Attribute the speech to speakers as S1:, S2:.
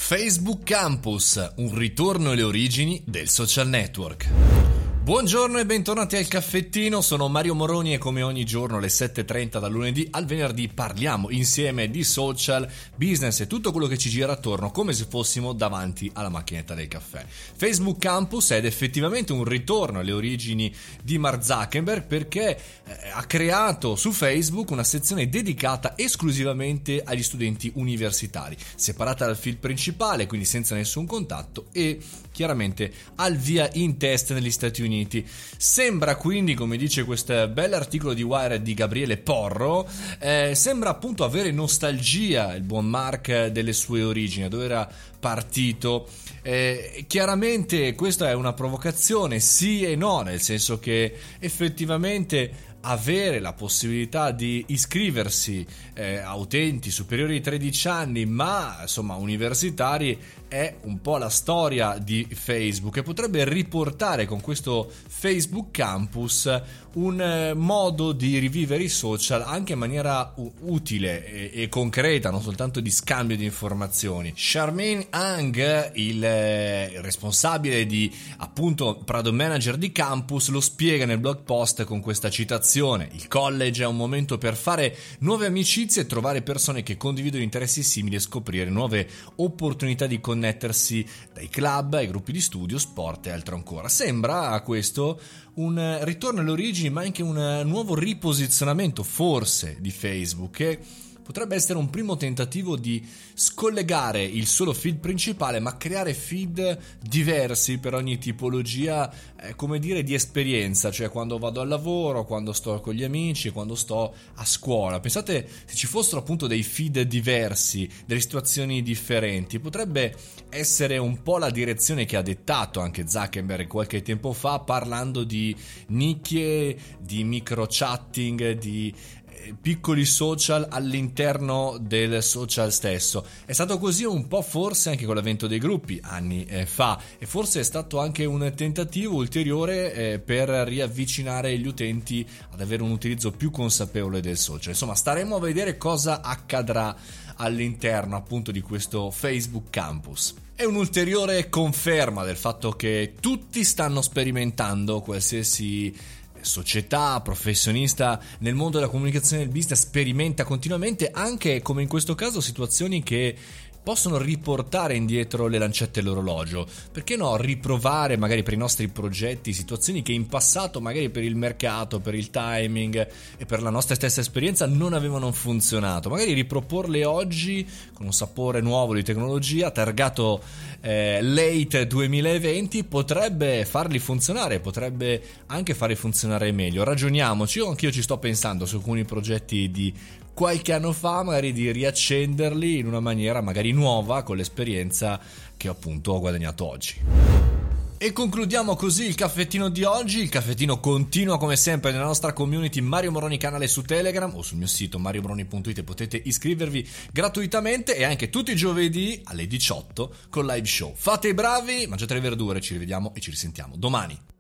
S1: Facebook Campus, un ritorno alle origini del social network. Buongiorno e bentornati al caffettino, sono Mario Moroni e come ogni giorno alle 7:30 dal lunedì al venerdì parliamo insieme di social, business e tutto quello che ci gira attorno come se fossimo davanti alla macchinetta del caffè. Facebook Campus ed effettivamente un ritorno alle origini di Mark Zuckerberg perché ha creato su Facebook una sezione dedicata esclusivamente agli studenti universitari, separata dal feed principale, quindi senza nessun contatto e chiaramente al via in test negli Stati Uniti. Sembra quindi, come dice questo bell'articolo di Wired di Gabriele Porro, sembra appunto avere nostalgia il buon Mark delle sue origini, dove era partito. Chiaramente questa è una provocazione, sì e no, nel senso che effettivamente avere la possibilità di iscriversi a utenti superiori ai 13 anni ma insomma universitari è un po' la storia di Facebook e potrebbe riportare con questo Facebook Campus un modo di rivivere i social anche in maniera utile e concreta, non soltanto di scambio di informazioni. Charmaine Ang, il responsabile di appunto Product Manager di Campus, lo spiega nel blog post con questa citazione: il college è un momento per fare nuove amicizie, trovare persone che condividono interessi simili e scoprire nuove opportunità di connettersi dai club ai gruppi di studio, sport e altro ancora. Sembra questo un ritorno alle origini ma anche un nuovo riposizionamento forse di Facebook che potrebbe essere un primo tentativo di scollegare il solo feed principale ma creare feed diversi per ogni tipologia, come dire, di esperienza, cioè quando vado al lavoro, quando sto con gli amici, quando sto a scuola. Pensate se ci fossero appunto dei feed diversi, delle situazioni differenti, potrebbe essere un po' la direzione che ha dettato anche Zuckerberg qualche tempo fa, parlando di nicchie, di micro chatting, di piccoli social all'interno del social stesso. È stato così un po' forse anche con l'avvento dei gruppi anni fa e forse è stato anche un tentativo ulteriore per riavvicinare gli utenti ad avere un utilizzo più consapevole del social. Insomma, staremo a vedere cosa accadrà all'interno appunto di questo Facebook Campus. È un'ulteriore conferma del fatto che tutti stanno sperimentando, qualsiasi società, professionista nel mondo della comunicazione e del business sperimenta continuamente, anche come in questo caso situazioni che possono riportare indietro le lancette dell'orologio. Perché no, riprovare magari per i nostri progetti situazioni che in passato magari per il mercato, per il timing e per la nostra stessa esperienza non avevano funzionato, magari riproporle oggi con un sapore nuovo di tecnologia targato late 2020 potrebbe farli funzionare, potrebbe anche farli funzionare meglio. Ragioniamoci, anch'io ci sto pensando su alcuni progetti di qualche anno fa, magari di riaccenderli in una maniera magari nuova con l'esperienza che appunto ho guadagnato oggi. E concludiamo così il caffettino di oggi. Il caffettino continua come sempre nella nostra community Mario Moroni canale su Telegram o sul mio sito mariomoroni.it, potete iscrivervi gratuitamente e anche tutti i giovedì alle 18 con live show. Fate i bravi, mangiate le verdure, ci rivediamo e ci risentiamo domani.